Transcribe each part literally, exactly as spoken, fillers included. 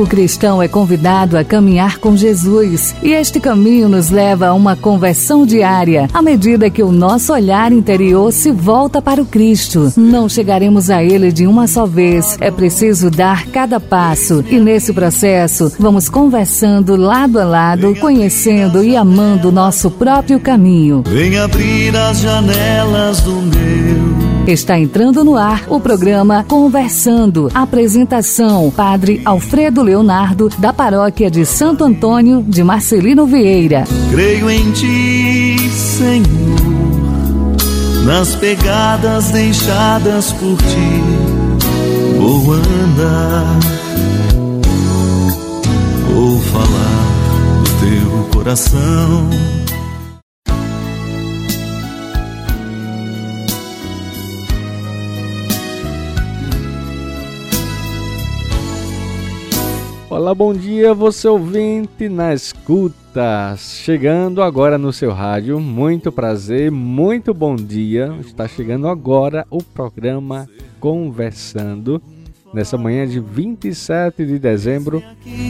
O cristão é convidado a caminhar com Jesus, e este caminho nos leva a uma conversão diária, à medida que o nosso olhar interior se volta para o Cristo. Não chegaremos a Ele de uma só vez, é preciso dar cada passo, e nesse processo vamos conversando lado a lado, conhecendo e amando o nosso próprio caminho. Vem abrir as janelas do meu. Está entrando no ar o programa Conversando. Apresentação: Padre Alfredo Leonardo, da Paróquia de Santo Antônio de Marcelino Vieira. Creio em Ti, Senhor, nas pegadas deixadas por Ti. Vou andar, vou falar do Teu coração. Olá, bom dia, você ouvinte na escuta, chegando agora no seu rádio, muito prazer, muito bom dia, está chegando agora o programa Conversando, nessa manhã de vinte e sete de dezembro,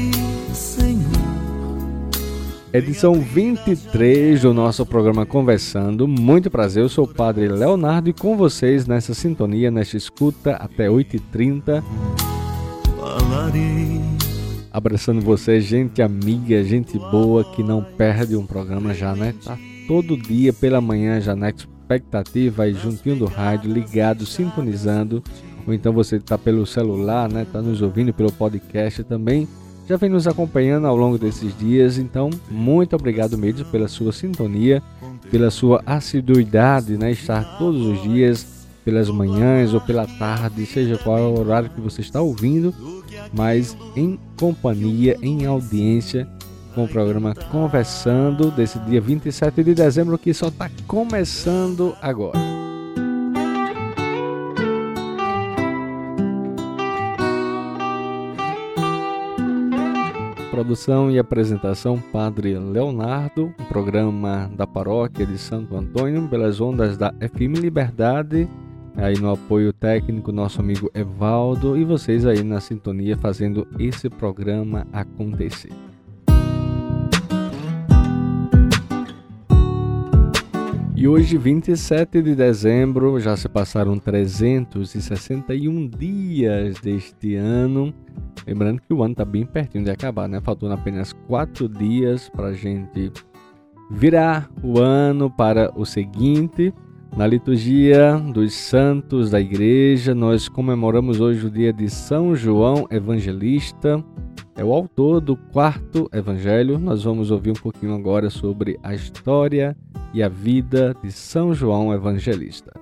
edição vinte e três do nosso programa Conversando. Muito prazer, eu sou o Padre Leonardo e com vocês nessa sintonia, nesta escuta até oito e trinta. Falarei. Abraçando você, gente amiga, gente boa que não perde um programa já, né? Tá todo dia pela manhã já na expectativa aí juntinho do rádio, ligado, sintonizando. Ou então você tá pelo celular, né? Tá nos ouvindo pelo podcast também. Já vem nos acompanhando ao longo desses dias. Então, muito obrigado mesmo pela sua sintonia, pela sua assiduidade, né? Estar todos os dias, pelas manhãs ou pela tarde, seja qual é o horário que você está ouvindo, mas em companhia, em audiência, com o programa Conversando, desse dia vinte e sete de dezembro, que só está começando agora. Produção e apresentação, Padre Leonardo, um programa da Paróquia de Santo Antônio, pelas ondas da F M Liberdade, aí no apoio técnico nosso amigo Evaldo, e vocês aí na sintonia fazendo esse programa acontecer. E hoje, vinte e sete de dezembro, já se passaram trezentos e sessenta e um dias deste ano. Lembrando que o ano está bem pertinho de acabar, né? Faltando apenas quatro dias para a gente virar o ano para o seguinte. Na liturgia dos santos da igreja, nós comemoramos hoje o dia de São João Evangelista. É o autor do quarto evangelho. Nós vamos ouvir um pouquinho agora sobre a história e a vida de São João Evangelista.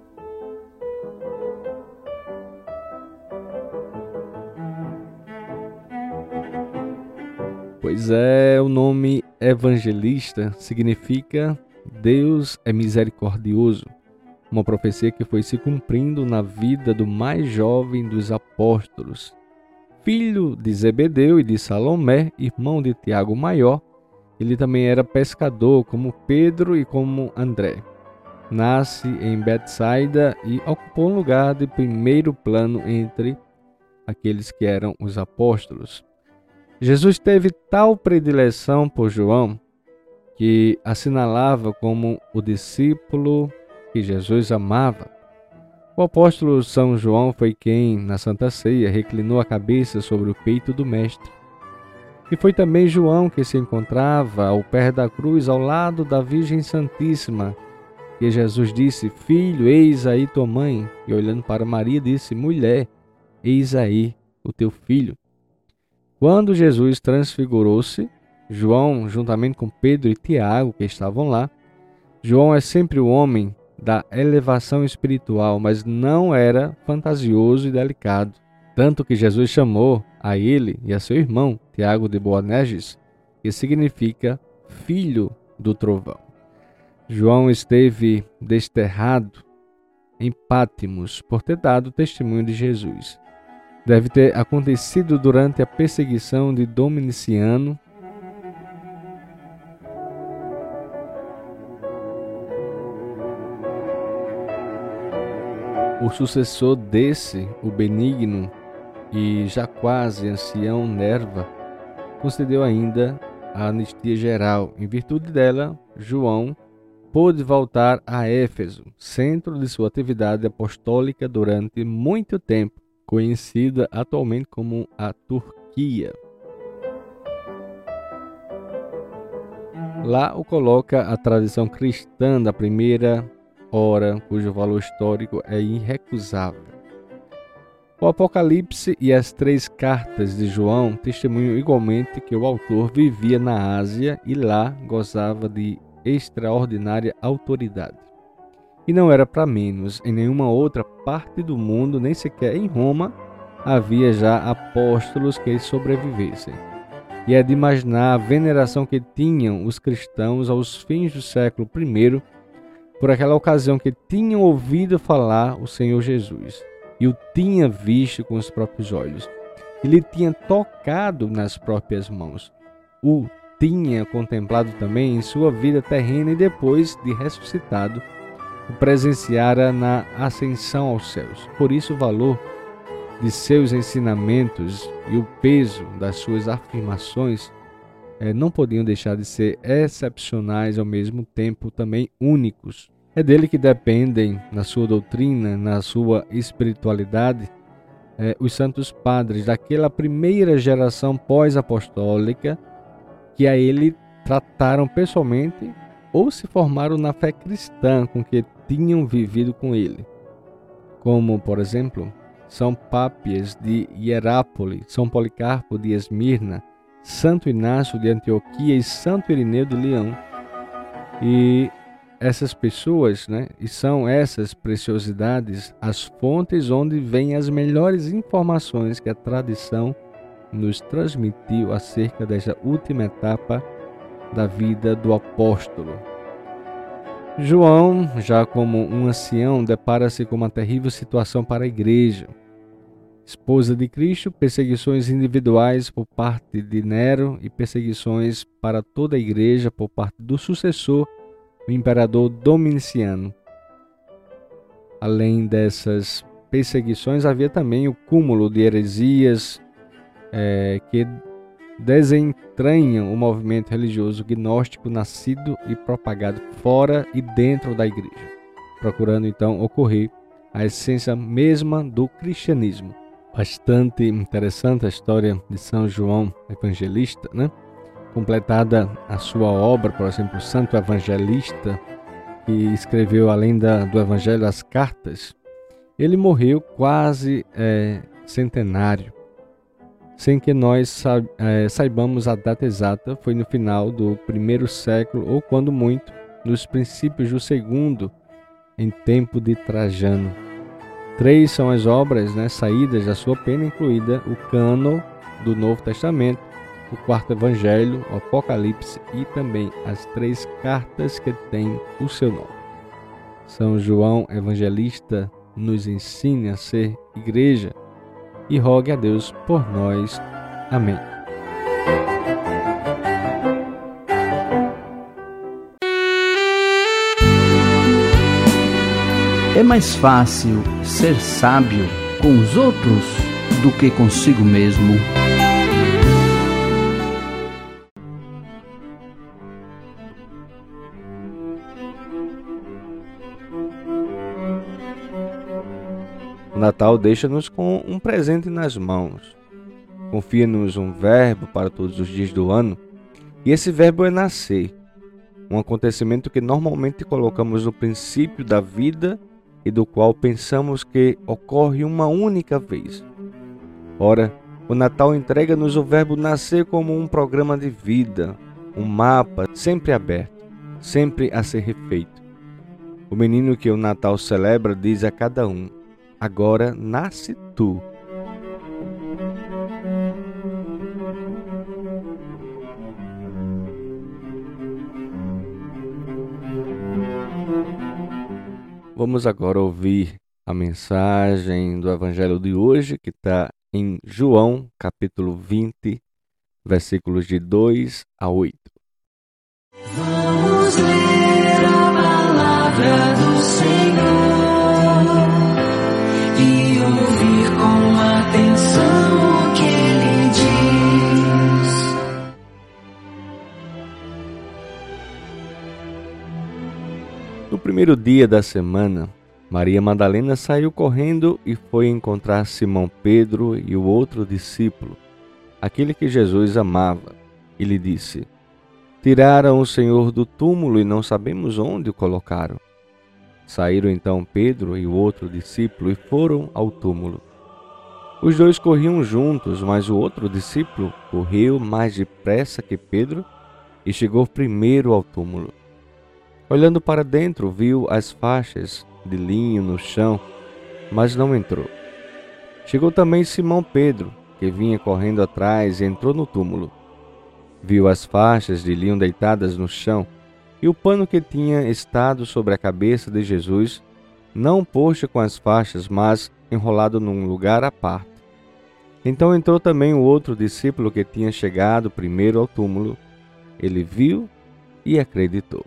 Pois é, o nome evangelista significa Deus é misericordioso, uma profecia que foi se cumprindo na vida do mais jovem dos apóstolos. Filho de Zebedeu e de Salomé, irmão de Tiago Maior, ele também era pescador como Pedro e como André. Nasce em Betsaida e ocupou um lugar de primeiro plano entre aqueles que eram os apóstolos. Jesus teve tal predileção por João que assinalava como o discípulo que Jesus amava. O apóstolo São João foi quem, na Santa Ceia, reclinou a cabeça sobre o peito do Mestre. E foi também João que se encontrava ao pé da cruz, ao lado da Virgem Santíssima, que Jesus disse: Filho, eis aí tua mãe. E olhando para Maria, disse: Mulher, eis aí o teu filho. Quando Jesus transfigurou-se, João, juntamente com Pedro e Tiago, que estavam lá, João é sempre o homem da elevação espiritual, mas não era fantasioso e delicado. Tanto que Jesus chamou a ele e a seu irmão, Tiago de Boanerges, que significa filho do trovão. João esteve desterrado em Pátimos por ter dado testemunho de Jesus. Deve ter acontecido durante a perseguição de Dominiciano. O sucessor desse, o benigno e já quase ancião Nerva concedeu ainda a anistia geral. Em virtude dela, João pôde voltar a Éfeso, centro de sua atividade apostólica durante muito tempo, conhecida atualmente como a Turquia. Lá o coloca a tradição cristã da primeira hora, cujo valor histórico é irrecusável. O Apocalipse e as três cartas de João testemunham igualmente que o autor vivia na Ásia e lá gozava de extraordinária autoridade. E não era para menos, em nenhuma outra parte do mundo, nem sequer em Roma, havia já apóstolos que sobrevivessem. E é de imaginar a veneração que tinham os cristãos aos fins do século primeiro por aquela ocasião que tinham ouvido falar o Senhor Jesus e o tinha visto com os próprios olhos. Ele tinha tocado nas próprias mãos. O tinha contemplado também em sua vida terrena e depois de ressuscitado, o presenciara na ascensão aos céus. Por isso o valor de seus ensinamentos e o peso das suas afirmações eh, não podiam deixar de ser excepcionais, ao mesmo tempo também únicos. É dele que dependem, na sua doutrina, na sua espiritualidade, eh, os santos padres daquela primeira geração pós-apostólica que a ele trataram pessoalmente ou se formaram na fé cristã com que tinham vivido com ele. Como, por exemplo, São Pápias de Hierápolis, São Policarpo de Esmirna, Santo Inácio de Antioquia e Santo Irineu de Leão. E essas pessoas, né, e são essas preciosidades as fontes onde vêm as melhores informações que a tradição nos transmitiu acerca desta última etapa da vida do apóstolo. João, já como um ancião, depara-se com uma terrível situação para a igreja. Esposa de Cristo, perseguições individuais por parte de Nero e perseguições para toda a igreja por parte do sucessor, o imperador Domiciano. Além dessas perseguições, havia também o cúmulo de heresias é, que desentranham o movimento religioso gnóstico nascido e propagado fora e dentro da igreja, procurando então ocorrer a essência mesma do cristianismo. Bastante interessante a história de São João Evangelista, né? Completada a sua obra, por exemplo, o Santo Evangelista, que escreveu além da, do Evangelho as cartas. Ele morreu quase é, centenário, sem que nós saibamos a data exata. Foi no final do primeiro século, ou quando muito, nos princípios do segundo, em tempo de Trajano. Três são as obras, né, saídas da sua pena, incluída o cânon do Novo Testamento, o quarto Evangelho, o Apocalipse e também as três cartas que têm o seu nome. São João Evangelista nos ensine a ser igreja e rogue a Deus por nós. Amém. É mais fácil ser sábio com os outros do que consigo mesmo. O Natal deixa-nos com um presente nas mãos. Confia-nos um verbo para todos os dias do ano, e esse verbo é nascer, um acontecimento que normalmente colocamos no princípio da vida e do qual pensamos que ocorre uma única vez. Ora, o Natal entrega-nos o verbo nascer como um programa de vida, um mapa sempre aberto, sempre a ser refeito. O menino que o Natal celebra diz a cada um: agora nasce tu. Vamos agora ouvir a mensagem do Evangelho de hoje, que está em João, capítulo vinte, versículos de dois a oito. Vamos ler a palavra do Senhor e ouvir com atenção. primeiro dia da semana, Maria Madalena saiu correndo e foi encontrar Simão Pedro e o outro discípulo, aquele que Jesus amava, e lhe disse: Tiraram o Senhor do túmulo e não sabemos onde o colocaram. Saíram então Pedro e o outro discípulo e foram ao túmulo. Os dois corriam juntos, mas o outro discípulo correu mais depressa que Pedro e chegou primeiro ao túmulo. Olhando para dentro, viu as faixas de linho no chão, mas não entrou. Chegou também Simão Pedro, que vinha correndo atrás, e entrou no túmulo. Viu as faixas de linho deitadas no chão e o pano que tinha estado sobre a cabeça de Jesus, não posto com as faixas, mas enrolado num lugar à parte. Então entrou também o outro discípulo que tinha chegado primeiro ao túmulo. Ele viu e acreditou.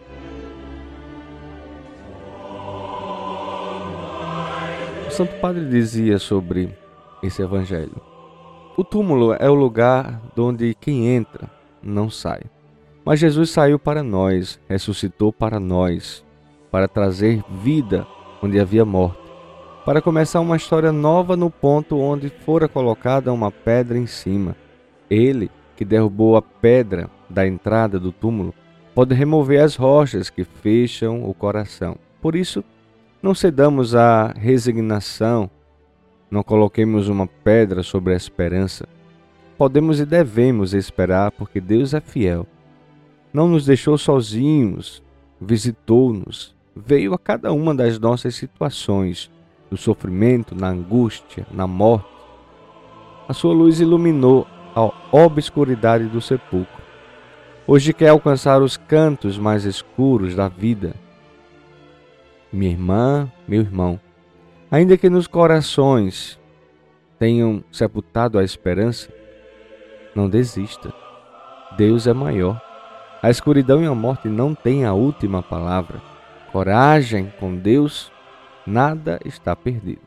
O Santo Padre dizia sobre esse evangelho: o túmulo é o lugar onde quem entra não sai. Mas Jesus saiu para nós, ressuscitou para nós, para trazer vida onde havia morte, para começar uma história nova no ponto onde fora colocada uma pedra em cima. Ele, que derrubou a pedra da entrada do túmulo, pode remover as rochas que fecham o coração. Por isso, não cedamos à resignação, não coloquemos uma pedra sobre a esperança. Podemos e devemos esperar, porque Deus é fiel. Não nos deixou sozinhos, visitou-nos, veio a cada uma das nossas situações, no sofrimento, na angústia, na morte. A sua luz iluminou a obscuridade do sepulcro. Hoje quer alcançar os cantos mais escuros da vida. Minha irmã, meu irmão, ainda que nos corações tenham sepultado a esperança, não desista. Deus é maior. A escuridão e a morte não têm a última palavra. Coragem com Deus, nada está perdido.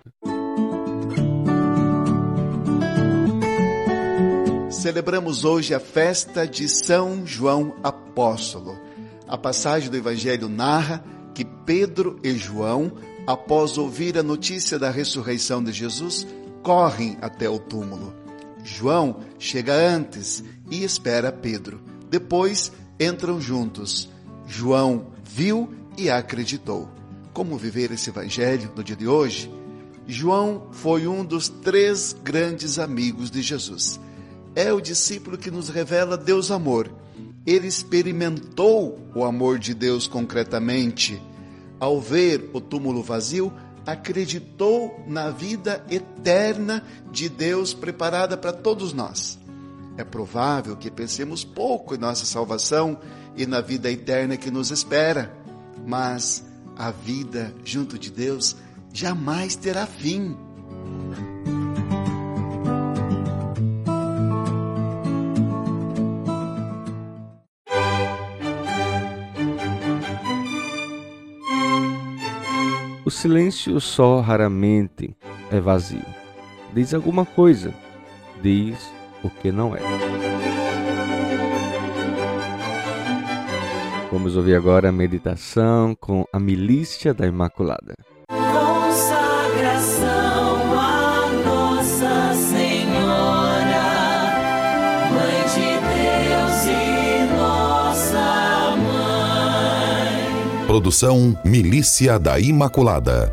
Celebramos hoje a festa de São João Apóstolo. A passagem do Evangelho narra que Pedro e João, após ouvir a notícia da ressurreição de Jesus, correm até o túmulo. João chega antes e espera Pedro. Depois, entram juntos. João viu e acreditou. Como viver esse evangelho no dia de hoje? João foi um dos três grandes amigos de Jesus. É o discípulo que nos revela Deus amor. Ele experimentou o amor de Deus concretamente. Ao ver o túmulo vazio, acreditou na vida eterna de Deus preparada para todos nós. É provável que pensemos pouco em nossa salvação e na vida eterna que nos espera, mas a vida junto de Deus jamais terá fim. O silêncio só raramente é vazio. Diz alguma coisa, diz o que não é. Vamos ouvir agora a meditação com a Milícia da Imaculada. Consagração a Nossa Senhora, Mãe de Deus e Nossa Mãe. Produção Milícia da Imaculada.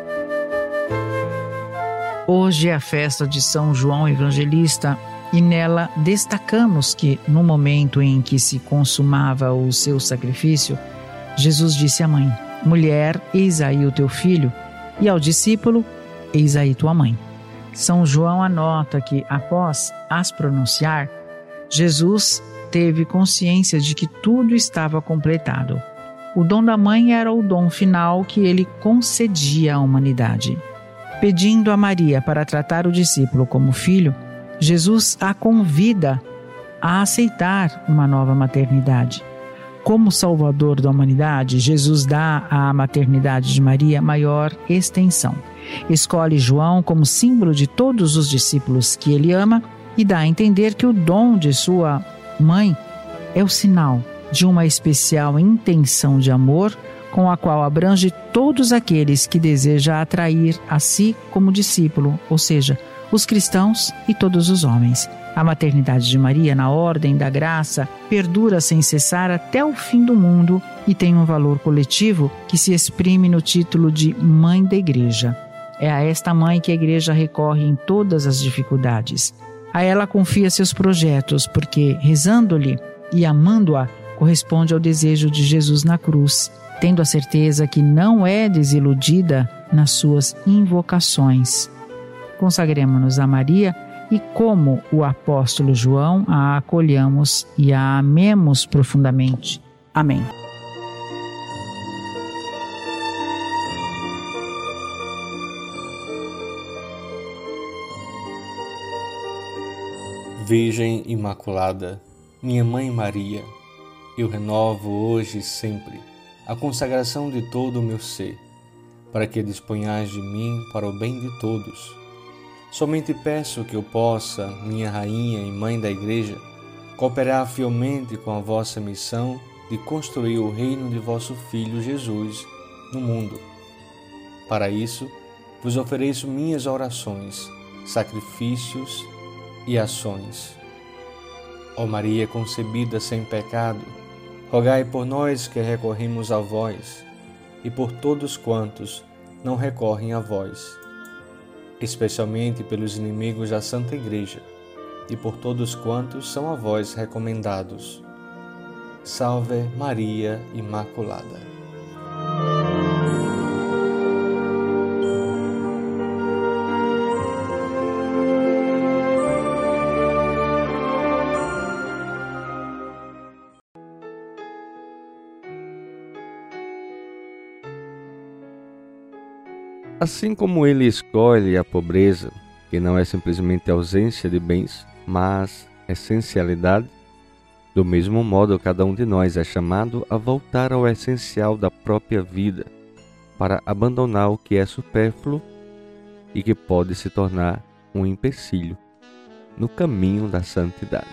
Hoje é a festa de São João Evangelista e nela destacamos que, no momento em que se consumava o seu sacrifício, Jesus disse à mãe: Mulher, eis aí o teu filho, e ao discípulo: Eis aí tua mãe. São João anota que, após as pronunciar, Jesus teve consciência de que tudo estava completado. O dom da mãe era o dom final que ele concedia à humanidade. Pedindo a Maria para tratar o discípulo como filho, Jesus a convida a aceitar uma nova maternidade. Como Salvador da humanidade, Jesus dá à maternidade de Maria maior extensão. Escolhe João como símbolo de todos os discípulos que ele ama e dá a entender que o dom de sua mãe é o sinal de uma especial intenção de amor com a qual abrange todos aqueles que deseja atrair a si como discípulo, ou seja, os cristãos e todos os homens. A maternidade de Maria, na ordem da graça, perdura sem cessar até o fim do mundo e tem um valor coletivo que se exprime no título de Mãe da Igreja. É a esta mãe que a Igreja recorre em todas as dificuldades. A ela confia seus projetos, porque, rezando-lhe e amando-a, corresponde ao desejo de Jesus na cruz, tendo a certeza que não é desiludida nas suas invocações. Consagremo-nos a Maria e, como o apóstolo João, a acolhamos e a amemos profundamente. Amém. Virgem Imaculada, minha Mãe Maria, eu renovo hoje e sempre a consagração de todo o meu ser, para que disponhais de mim para o bem de todos. Somente peço que eu possa, minha Rainha e Mãe da Igreja, cooperar fielmente com a vossa missão de construir o reino de vosso Filho Jesus no mundo. Para isso, vos ofereço minhas orações, sacrifícios e ações. Ó Maria concebida sem pecado, rogai por nós que recorremos a vós e por todos quantos não recorrem a vós, especialmente pelos inimigos da Santa Igreja e por todos quantos são a vós recomendados. Salve Maria Imaculada. Assim como ele escolhe a pobreza, que não é simplesmente ausência de bens, mas essencialidade, do mesmo modo cada um de nós é chamado a voltar ao essencial da própria vida, para abandonar o que é supérfluo e que pode se tornar um empecilho no caminho da santidade.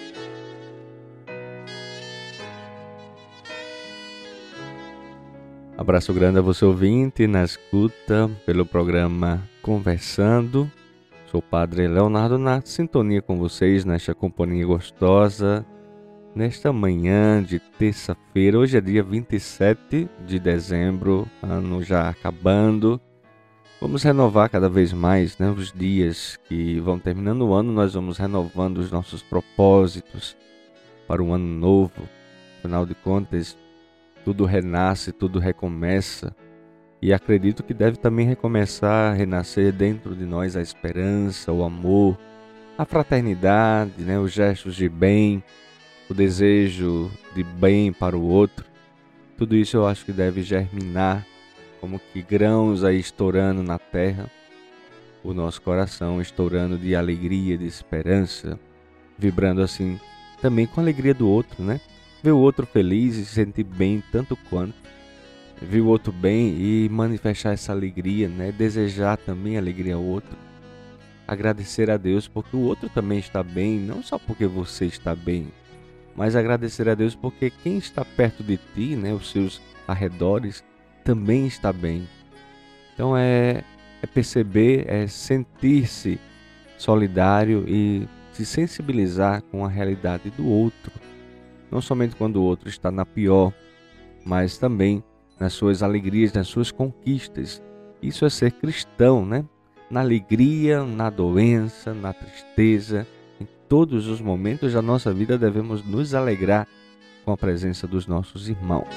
Abraço grande a você ouvinte na escuta pelo programa Conversando. Sou o Padre Leonardo na sintonia com vocês nesta companhia gostosa, nesta manhã de terça-feira. Hoje é dia vinte e sete de dezembro, ano já acabando. Vamos renovar cada vez mais, né, os dias que vão terminando o ano, nós vamos renovando os nossos propósitos para um ano novo. Afinal de contas, tudo renasce, tudo recomeça, e acredito que deve também recomeçar, renascer dentro de nós a esperança, o amor, a fraternidade, né, os gestos de bem, o desejo de bem para o outro. Tudo isso eu acho que deve germinar como que grãos aí estourando na terra, o nosso coração estourando de alegria, de esperança, vibrando assim também com a alegria do outro, né? Ver o outro feliz e se sentir bem tanto quanto. Ver o outro bem e manifestar essa alegria, né? Desejar também alegria ao outro. Agradecer a Deus porque o outro também está bem, não só porque você está bem, mas agradecer a Deus porque quem está perto de ti, né? Os seus arredores, também está bem. Então é, é perceber, é sentir-se solidário e se sensibilizar com a realidade do outro. Não somente quando o outro está na pior, mas também nas suas alegrias, nas suas conquistas. Isso é ser cristão, né? Na alegria, na doença, na tristeza, em todos os momentos da nossa vida devemos nos alegrar com a presença dos nossos irmãos.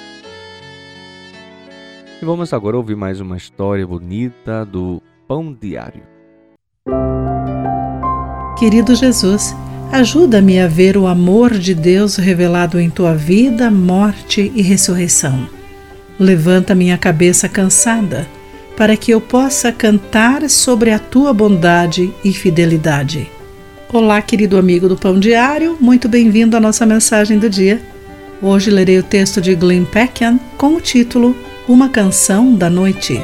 E vamos agora ouvir mais uma história bonita do Pão Diário. Querido Jesus, ajuda-me a ver o amor de Deus revelado em tua vida, morte e ressurreição. Levanta minha cabeça cansada, para que eu possa cantar sobre a tua bondade e fidelidade. Olá, querido amigo do Pão Diário, muito bem-vindo à nossa mensagem do dia. Hoje lerei o texto de Glenn Peckham com o título Uma Canção da Noite.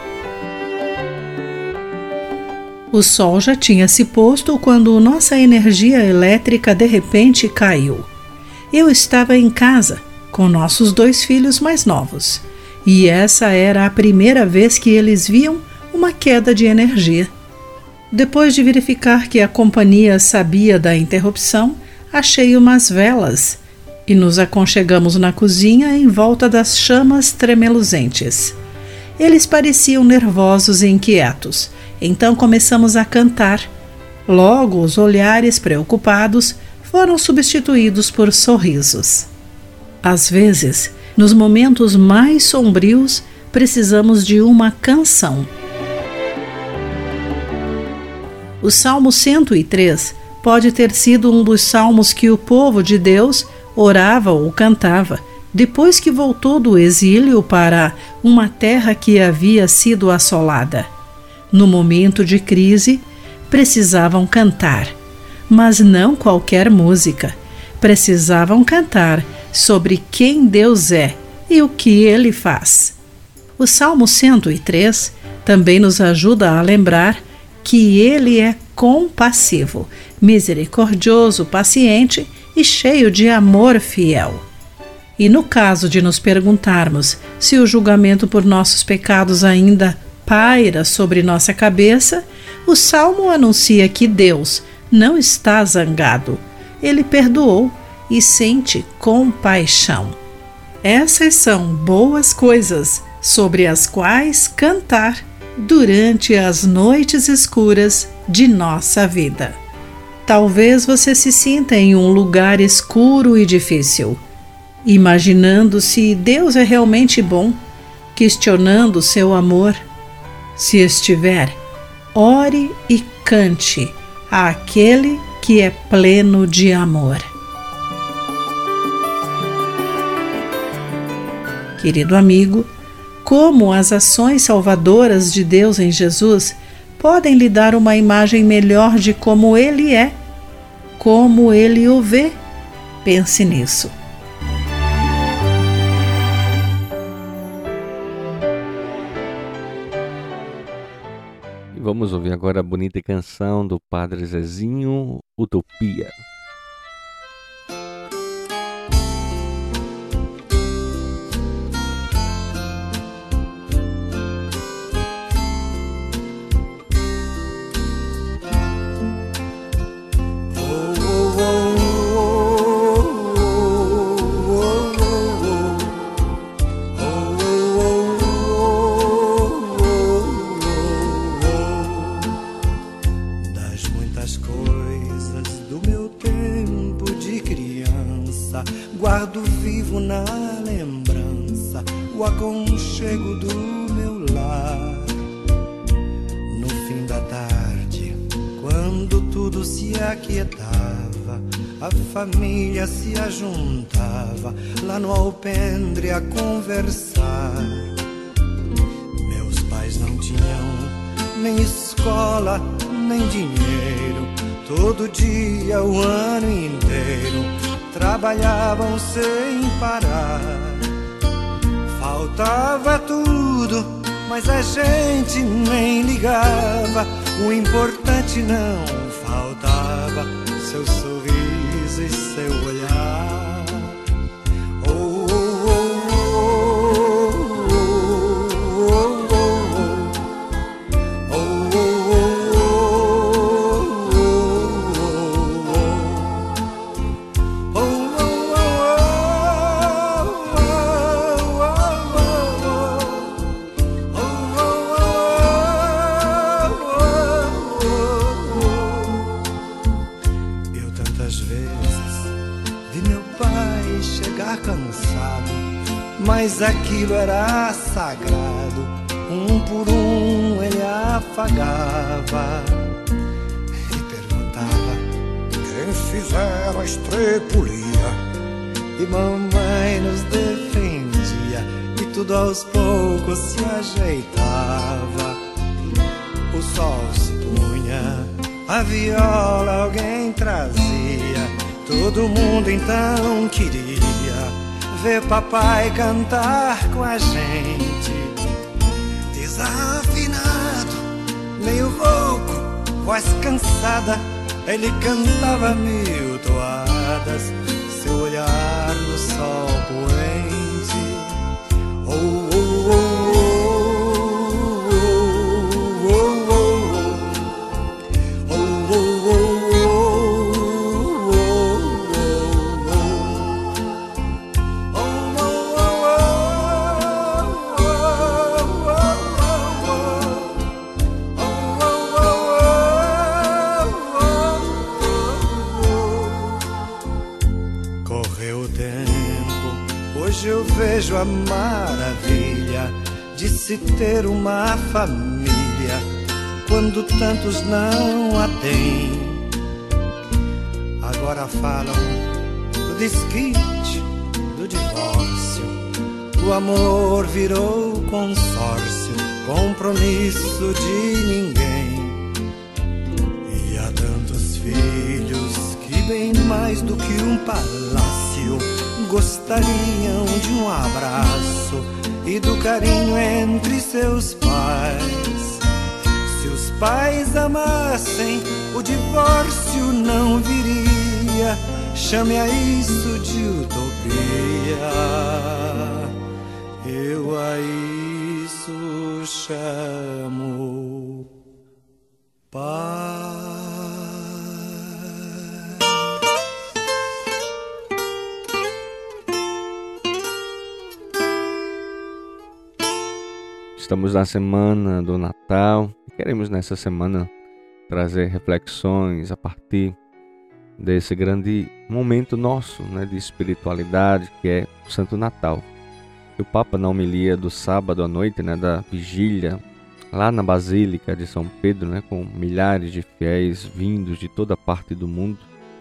O sol já tinha se posto quando nossa energia elétrica de repente caiu. Eu estava em casa, com nossos dois filhos mais novos, e essa era a primeira vez que eles viam uma queda de energia. Depois de verificar que a companhia sabia da interrupção, achei umas velas e nos aconchegamos na cozinha em volta das chamas tremeluzentes. Eles pareciam nervosos e inquietos, então começamos a cantar. Logo, os olhares preocupados foram substituídos por sorrisos. Às vezes, nos momentos mais sombrios, precisamos de uma canção. O Salmo cento e três pode ter sido um dos salmos que o povo de Deus orava ou cantava depois que voltou do exílio para uma terra que havia sido assolada. No momento de crise, precisavam cantar, mas não qualquer música. Precisavam cantar sobre quem Deus é e o que Ele faz. O Salmo cento e três também nos ajuda a lembrar que Ele é compassivo, misericordioso, paciente e cheio de amor fiel. E no caso de nos perguntarmos se o julgamento por nossos pecados ainda paira sobre nossa cabeça, o Salmo anuncia que Deus não está zangado. Ele perdoou e sente compaixão. Essas são boas coisas sobre as quais cantar durante as noites escuras de nossa vida. Talvez você se sinta em um lugar escuro e difícil, imaginando se Deus é realmente bom, questionando seu amor. Se estiver, ore e cante àquele que é pleno de amor. Querido amigo, como as ações salvadoras de Deus em Jesus podem lhe dar uma imagem melhor de como Ele é, como Ele o vê? Pense nisso. E vamos ouvir agora a bonita canção do Padre Zezinho, Utopia. Guardo vivo na lembrança o aconchego do meu lar. No fim da tarde, quando tudo se aquietava, a família se ajuntava lá no alpendre a conversar. Meus pais não tinham nem escola, nem dinheiro. Todo dia, o ano inteiro, trabalhavam sem parar. Faltava tudo, mas a gente nem ligava. O importante não faltava, seu sorriso e seu olhar. Oh, oh, oh, oh, oh, oh, oh, mas aquilo era sagrado, um por um ele afagava e perguntava quem fizera a estrepulia. E mamãe nos defendia e tudo aos poucos se ajeitava. O sol se punha, a viola alguém trazia, todo mundo então queria ver papai cantar com a gente. Desafinado, meio rouco, voz cansada, ele cantava mil toadas, seu olhar no sol poente. Oh, oh, a maravilha de se ter uma família quando tantos não a têm. Agora falam do desquite, do divórcio. O amor virou consórcio, compromisso de ninguém. E há tantos filhos que bem mais do que um palácio gostariam de um abraço e do carinho entre seus pais. Se os pais amassem, o divórcio não viria. Chame a isso de utopia. Eu a isso chamo paz. Estamos na semana do Natal e queremos nessa semana trazer reflexões a partir desse grande momento nosso, né, de espiritualidade que é o Santo Natal. E o Papa, na homilia do sábado à noite, né, da vigília, lá na Basílica de São Pedro, né, com milhares de fiéis vindos de toda parte do mundo,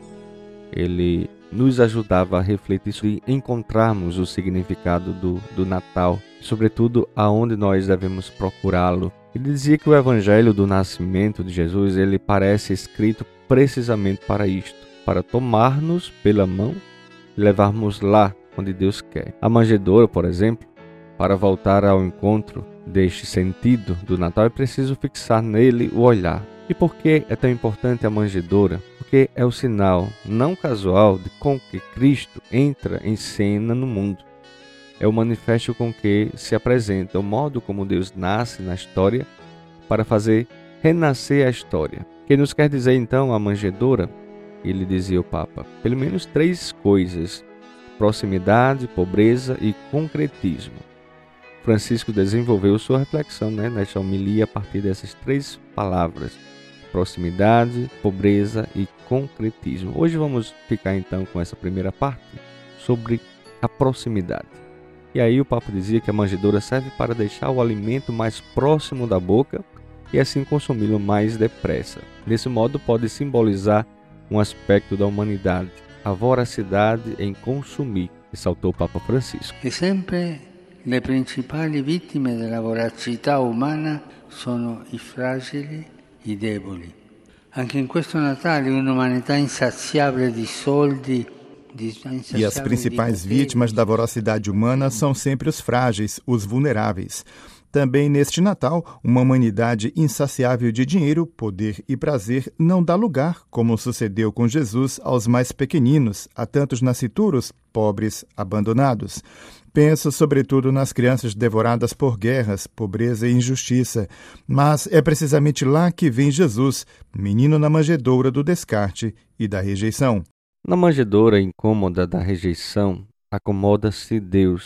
ele nos ajudava a refletir e encontrarmos o significado do, do Natal, sobretudo aonde nós devemos procurá-lo. Ele dizia que o Evangelho do nascimento de Jesus, ele parece escrito precisamente para isto, para tomar-nos pela mão e levarmos lá onde Deus quer. A manjedoura, por exemplo, para voltar ao encontro deste sentido do Natal, é preciso fixar nele o olhar. E por que é tão importante a manjedoura? Porque é o sinal não casual de com que Cristo entra em cena no mundo. É o manifesto com que se apresenta o modo como Deus nasce na história para fazer renascer a história. Que nos quer dizer então a manjedoura? Ele dizia o Papa, pelo menos três coisas: proximidade, pobreza e concretismo. Francisco desenvolveu sua reflexão, né, nesta homilia a partir dessas três palavras: proximidade, pobreza e concretismo. Hoje vamos ficar então com essa primeira parte sobre a proximidade. E aí o Papa dizia que a manjedoura serve para deixar o alimento mais próximo da boca e assim consumi-lo mais depressa. Desse modo pode simbolizar um aspecto da humanidade, a voracidade em consumir, ressaltou o Papa Francisco. E sempre le principali vittime della voracità umana sono i fragili, i deboli. Anche in questo Natale un'umanità insaziabile di soldi. E as principais vítimas da voracidade humana são sempre os frágeis, os vulneráveis. Também neste Natal, uma humanidade insaciável de dinheiro, poder e prazer não dá lugar, como sucedeu com Jesus, aos mais pequeninos, a tantos nascituros, pobres, abandonados. Penso sobretudo nas crianças devoradas por guerras, pobreza e injustiça. Mas é precisamente lá que vem Jesus, menino na manjedoura do descarte e da rejeição. Na manjedoura incômoda da rejeição, acomoda-se Deus.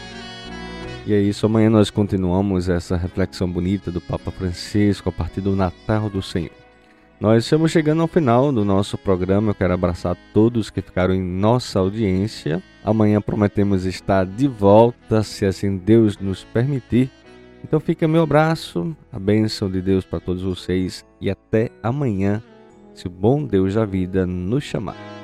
E é isso, amanhã nós continuamos essa reflexão bonita do Papa Francisco a partir do Natal do Senhor. Nós estamos chegando ao final do nosso programa. Eu quero abraçar todos que ficaram em nossa audiência. Amanhã prometemos estar de volta, se assim Deus nos permitir. Então fica meu abraço, a bênção de Deus para todos vocês e até amanhã, se o bom Deus da vida nos chamar.